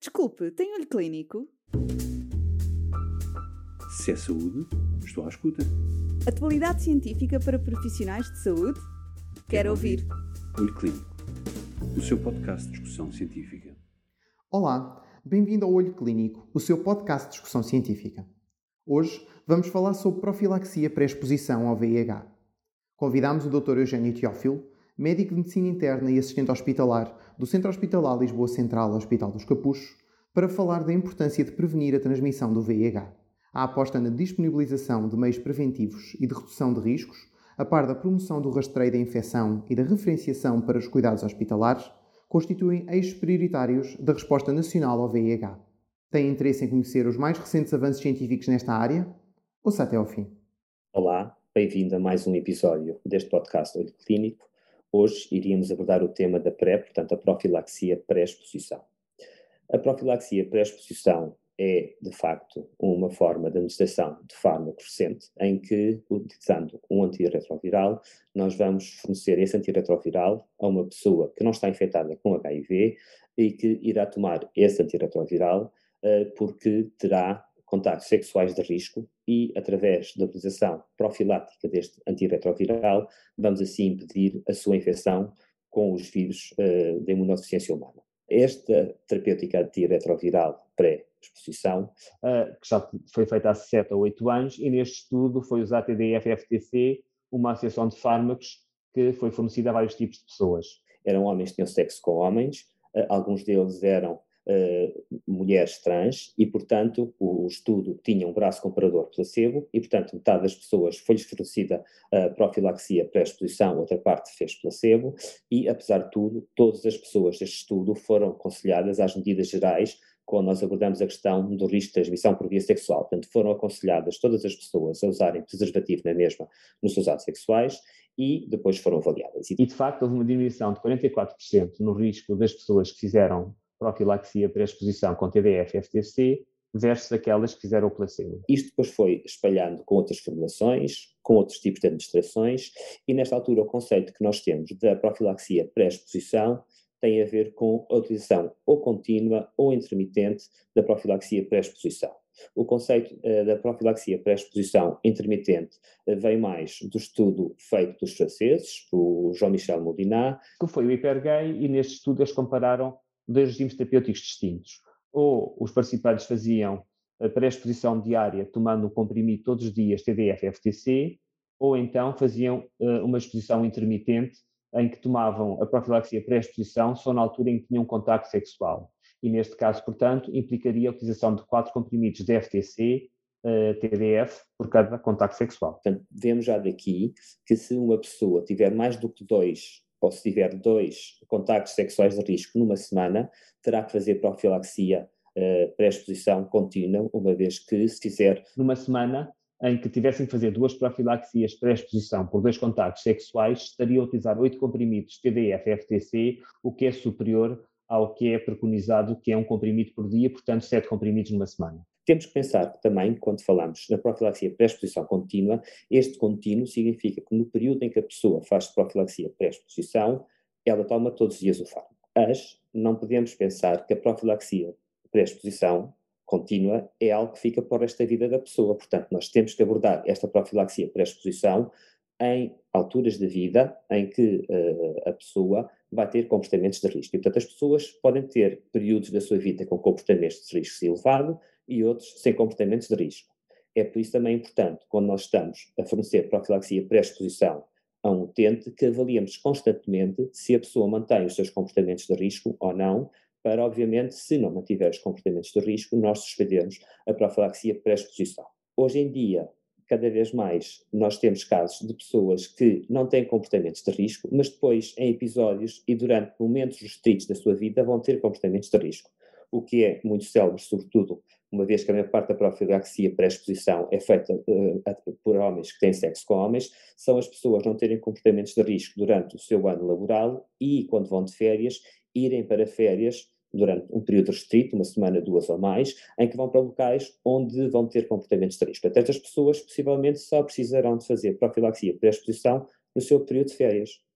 Desculpe, tem olho clínico? Se é saúde, estou à escuta. Atualidade científica para profissionais de saúde? Quero ouvir. Olho Clínico, o seu podcast de discussão científica. Olá, bem-vindo ao Olho Clínico, o seu podcast de discussão científica. Hoje vamos falar sobre profilaxia pré-exposição ao VIH. Convidamos o Dr. Eugênio Teófilo, médico de medicina interna e assistente hospitalar do Centro Hospitalar Lisboa Central Hospital dos Capuchos, para falar da importância de prevenir a transmissão do VIH. A aposta na disponibilização de meios preventivos e de redução de riscos, a par da promoção do rastreio da infecção e da referenciação para os cuidados hospitalares, constituem eixos prioritários da resposta nacional ao VIH. Tem interesse em conhecer os mais recentes avanços científicos nesta área? Ouça até ao fim. Olá, bem-vindo a mais um episódio deste podcast Olho Clínico. Hoje iríamos abordar o tema da portanto, a profilaxia pré-exposição. A profilaxia pré-exposição é, de facto, uma forma de administração de fármaco recente em que, utilizando um antirretroviral, nós vamos fornecer esse antirretroviral a uma pessoa que não está infectada com HIV e que irá tomar esse antirretroviral porque terá contactos sexuais de risco e, através da utilização profilática deste antirretroviral, vamos assim impedir a sua infecção com os vírus da imunodeficiência humana. Esta terapêutica antirretroviral pré-exposição, que já foi feita há 7 ou 8 anos, e neste estudo foi usado a TDF-FTC, uma associação de fármacos que foi fornecida a vários tipos de pessoas. Eram homens que tinham sexo com homens, alguns deles eram mulheres trans e, portanto, o estudo tinha um braço comparador placebo e, portanto, metade das pessoas foi-lhes fornecida profilaxia pré-exposição, outra parte fez placebo e, apesar de tudo, todas as pessoas deste estudo foram aconselhadas às medidas gerais quando nós abordamos a questão do risco de transmissão por via sexual. Portanto, foram aconselhadas todas as pessoas a usarem preservativo na mesma nos seus atos sexuais e depois foram avaliadas. E, de facto, houve uma diminuição de 44% no risco das pessoas que fizeram profilaxia pré-exposição com TDF-FTC versus aquelas que fizeram o placebo. Isto depois foi espalhando com outras formulações, com outros tipos de administrações, e nesta altura o conceito que nós temos da profilaxia pré-exposição tem a ver com a utilização ou contínua ou intermitente da profilaxia pré-exposição. O conceito da profilaxia pré-exposição intermitente vem mais do estudo feito dos franceses, por Jean-Michel Moulinat, que foi o Hypergay, e neste estudo eles compararam dois regimes terapêuticos distintos. Ou os participantes faziam a pré-exposição diária tomando um comprimido todos os dias TDF-FTC, ou então faziam uma exposição intermitente em que tomavam a profilaxia pré-exposição só na altura em que tinham contacto sexual. E neste caso, portanto, implicaria a utilização de 4 comprimidos de FTC, TDF, por cada contacto sexual. Portanto, vemos já daqui que se uma pessoa tiver mais do que 2 ou se tiver 2 contactos sexuais de risco numa semana, terá que fazer profilaxia pré-exposição contínua, uma vez que se fizer numa semana em que tivessem que fazer 2 profilaxias pré-exposição por 2 contactos sexuais, estaria a utilizar 8 comprimidos TDF-FTC, o que é superior ao que é preconizado, que é um comprimido por dia, portanto 7 comprimidos numa semana. Temos que pensar também, quando falamos na profilaxia pré-exposição contínua, este contínuo significa que no período em que a pessoa faz profilaxia pré-exposição, ela toma todos os dias o fármaco. Mas não podemos pensar que a profilaxia pré-exposição contínua é algo que fica por esta vida da pessoa. Portanto, nós temos que abordar esta profilaxia pré-exposição em alturas da vida em que a pessoa vai ter comportamentos de risco. E, portanto, as pessoas podem ter períodos da sua vida com comportamentos de risco elevado e outros sem comportamentos de risco. É por isso também importante, quando nós estamos a fornecer profilaxia pré-exposição a um utente, que avaliemos constantemente se a pessoa mantém os seus comportamentos de risco ou não, para, obviamente, se não mantiver os comportamentos de risco, nós suspendermos a profilaxia pré-exposição. Hoje em dia, cada vez mais, nós temos casos de pessoas que não têm comportamentos de risco, mas depois, em episódios e durante momentos restritos da sua vida, vão ter comportamentos de risco. O que é muito célebre, sobretudo, uma vez que a maior parte da profilaxia pré-exposição é feita por homens que têm sexo com homens, são as pessoas não terem comportamentos de risco durante o seu ano laboral e, quando vão de férias, irem para férias durante um período restrito, uma semana, 2 ou mais, em que vão para locais onde vão ter comportamentos de risco. Portanto, estas pessoas possivelmente só precisarão de fazer profilaxia pré-exposição no seu período de férias.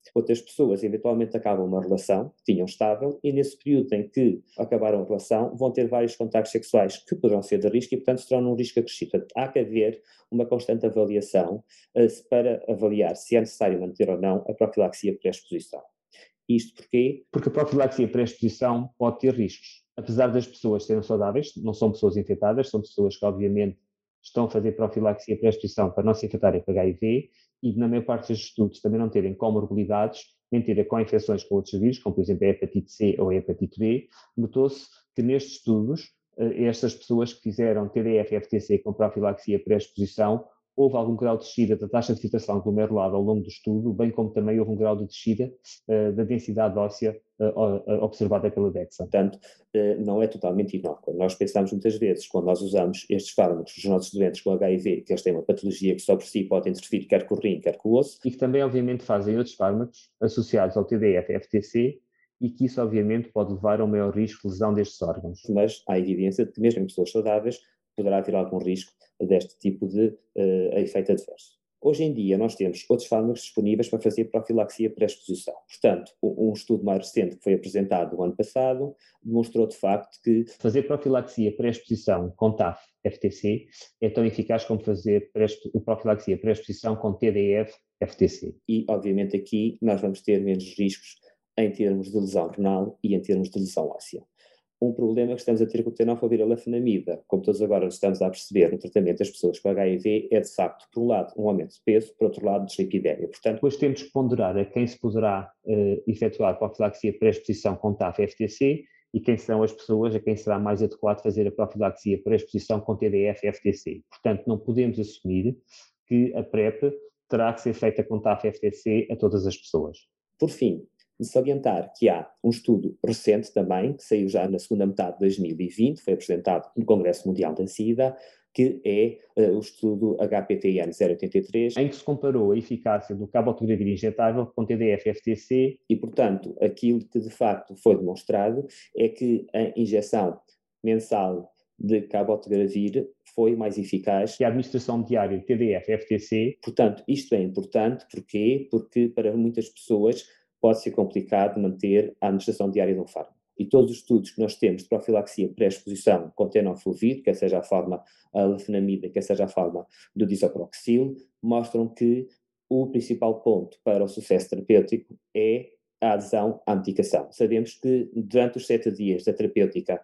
Outras pessoas eventualmente acabam uma relação que tinham estável e nesse período em que acabaram a relação vão ter vários contactos sexuais que poderão ser de risco e, portanto, se tornam um risco acrescido. Portanto, há que haver uma constante avaliação para avaliar se é necessário manter ou não a profilaxia pré-exposição. Isto porquê? Porque a profilaxia pré-exposição pode ter riscos. Apesar das pessoas serem saudáveis, não são pessoas infectadas, são pessoas que, obviamente, estão a fazer profilaxia pré-exposição para não se infectarem com HIV e, na maior parte dos estudos, também não terem comorbilidades, nem terem co-infecções com outros vírus, como, por exemplo, a hepatite C ou a hepatite B. Notou-se que, nestes estudos, estas pessoas que fizeram TDF-FTC com profilaxia pré-exposição, houve algum grau de descida da taxa de filtração glomerular ao longo do estudo, bem como também houve um grau de descida da densidade óssea observada pela DEXA. Portanto, não é totalmente inócua. Nós pensamos muitas vezes, quando nós usamos estes fármacos dos nossos doentes com HIV, que eles têm uma patologia que só por si pode interferir quer com o rim, quer com o osso, e que também, obviamente, fazem outros fármacos associados ao TDF-FTC, e que isso, obviamente, pode levar a um maior risco de lesão destes órgãos. Mas há evidência de que, mesmo em pessoas saudáveis, poderá haver algum risco deste tipo de efeito adverso. Hoje em dia nós temos outros fármacos disponíveis para fazer profilaxia pré-exposição. Portanto, um estudo mais recente que foi apresentado no ano passado demonstrou de facto que fazer profilaxia pré-exposição com TAF-FTC é tão eficaz como fazer profilaxia pré-exposição com TDF-FTC. E, obviamente, aqui nós vamos ter menos riscos em termos de lesão renal e em termos de lesão óssea. Um problema que estamos a ter com o tenofovir e a lefenamida, como todos agora estamos a perceber no tratamento das pessoas com HIV, é de facto, por um lado, um aumento de peso, por outro lado, dislipidemia. Portanto, depois temos que ponderar a quem se poderá efetuar profilaxia pré-exposição com TAF-FTC e quem serão as pessoas a quem será mais adequado fazer a profilaxia pré-exposição com TDF-FTC. Portanto, não podemos assumir que a PrEP terá que ser feita com TAF-FTC a todas as pessoas. Por fim, de salientar que há um estudo recente também, que saiu já na segunda metade de 2020, foi apresentado no Congresso Mundial da SIDA, que é o estudo HPTN 083, em que se comparou a eficácia do cabotegravir injetável com TDF-FTC e, portanto, aquilo que de facto foi demonstrado é que a injeção mensal de cabotegravir foi mais eficaz que a administração diária de TDF-FTC. Portanto, isto é importante, porquê? Porque para muitas pessoas pode ser complicado manter a administração diária de um fármaco. E todos os estudos que nós temos de profilaxia pré-exposição com tenofovir, quer seja a forma lefenamida, quer seja a forma do disoproxil, mostram que o principal ponto para o sucesso terapêutico é a adesão à medicação. Sabemos que durante os 7 dias da terapêutica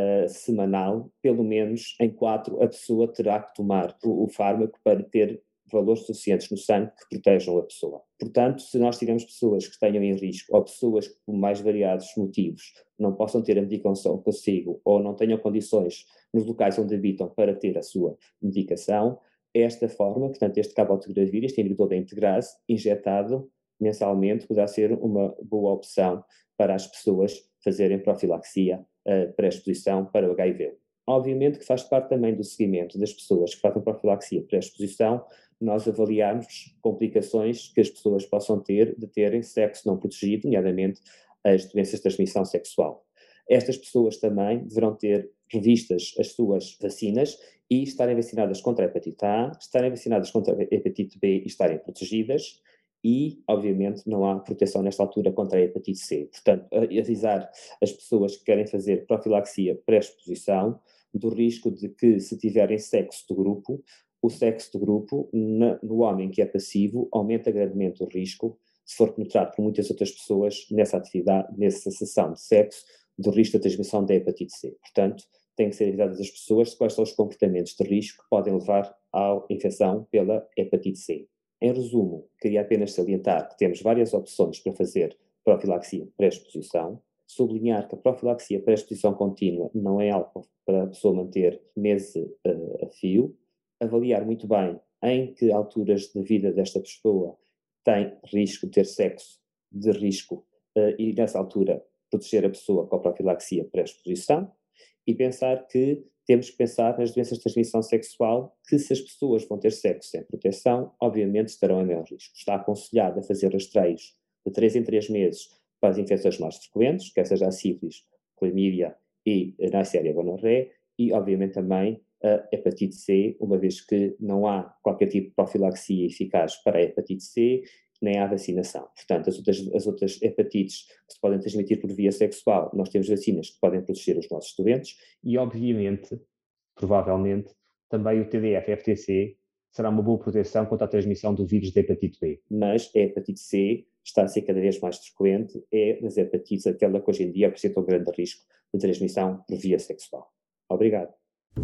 semanal, pelo menos em 4, a pessoa terá que tomar o fármaco para ter valores suficientes no sangue que protejam a pessoa. Portanto, se nós tivermos pessoas que tenham em risco ou pessoas que, por mais variados motivos, não possam ter a medicação consigo ou não tenham condições nos locais onde habitam para ter a sua medicação, esta forma, portanto, este cabotegravir, este inibidor da integrase, injetado mensalmente, poderá ser uma boa opção para as pessoas fazerem profilaxia pré-exposição para o HIV. Obviamente que faz parte também do seguimento das pessoas que fazem profilaxia pré-exposição, nós avaliarmos complicações que as pessoas possam ter de terem sexo não protegido, nomeadamente as doenças de transmissão sexual. Estas pessoas também deverão ter revistas as suas vacinas e estarem vacinadas contra a hepatite A, estarem vacinadas contra a hepatite B e estarem protegidas. E, obviamente, não há proteção nesta altura contra a hepatite C. Portanto, avisar as pessoas que querem fazer profilaxia pré-exposição do risco de que, se tiverem sexo de grupo, o sexo de grupo no homem que é passivo aumenta grandemente o risco, se for penetrado por muitas outras pessoas nessa atividade, nessa sessão de sexo, do risco da transmissão da hepatite C. Portanto, têm que ser avisadas as pessoas de quais são os comportamentos de risco que podem levar à infecção pela hepatite C. Em resumo, queria apenas salientar que temos várias opções para fazer profilaxia pré-exposição, sublinhar que a profilaxia pré-exposição contínua não é algo para a pessoa manter meses a fio, avaliar muito bem em que alturas da vida desta pessoa tem risco de ter sexo de risco e nessa altura proteger a pessoa com a profilaxia pré-exposição e pensar que temos que pensar nas doenças de transmissão sexual que, se as pessoas vão ter sexo sem proteção, obviamente estarão em maior risco. Está aconselhado a fazer rastreios de 3 em 3 meses para as infecções mais frequentes, quer seja a sífilis, clamídia e a Neisseria gonorreae, e obviamente também a hepatite C, uma vez que não há qualquer tipo de profilaxia eficaz para a hepatite C nem há vacinação. Portanto, as outras hepatites que se podem transmitir por via sexual, nós temos vacinas que podem proteger os nossos doentes e, obviamente, provavelmente, também o TDF-FTC será uma boa proteção contra a transmissão do vírus da hepatite B. Mas a hepatite C está a ser cada vez mais frequente, é das hepatites aquela que hoje em dia apresenta um grande risco de transmissão por via sexual. Obrigado.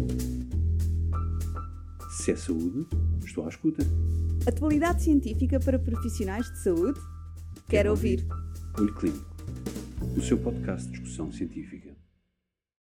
Se é saúde, estou à escuta. Atualidade científica para profissionais de saúde? Quero ouvir. Olho Clínico, o seu podcast de discussão científica.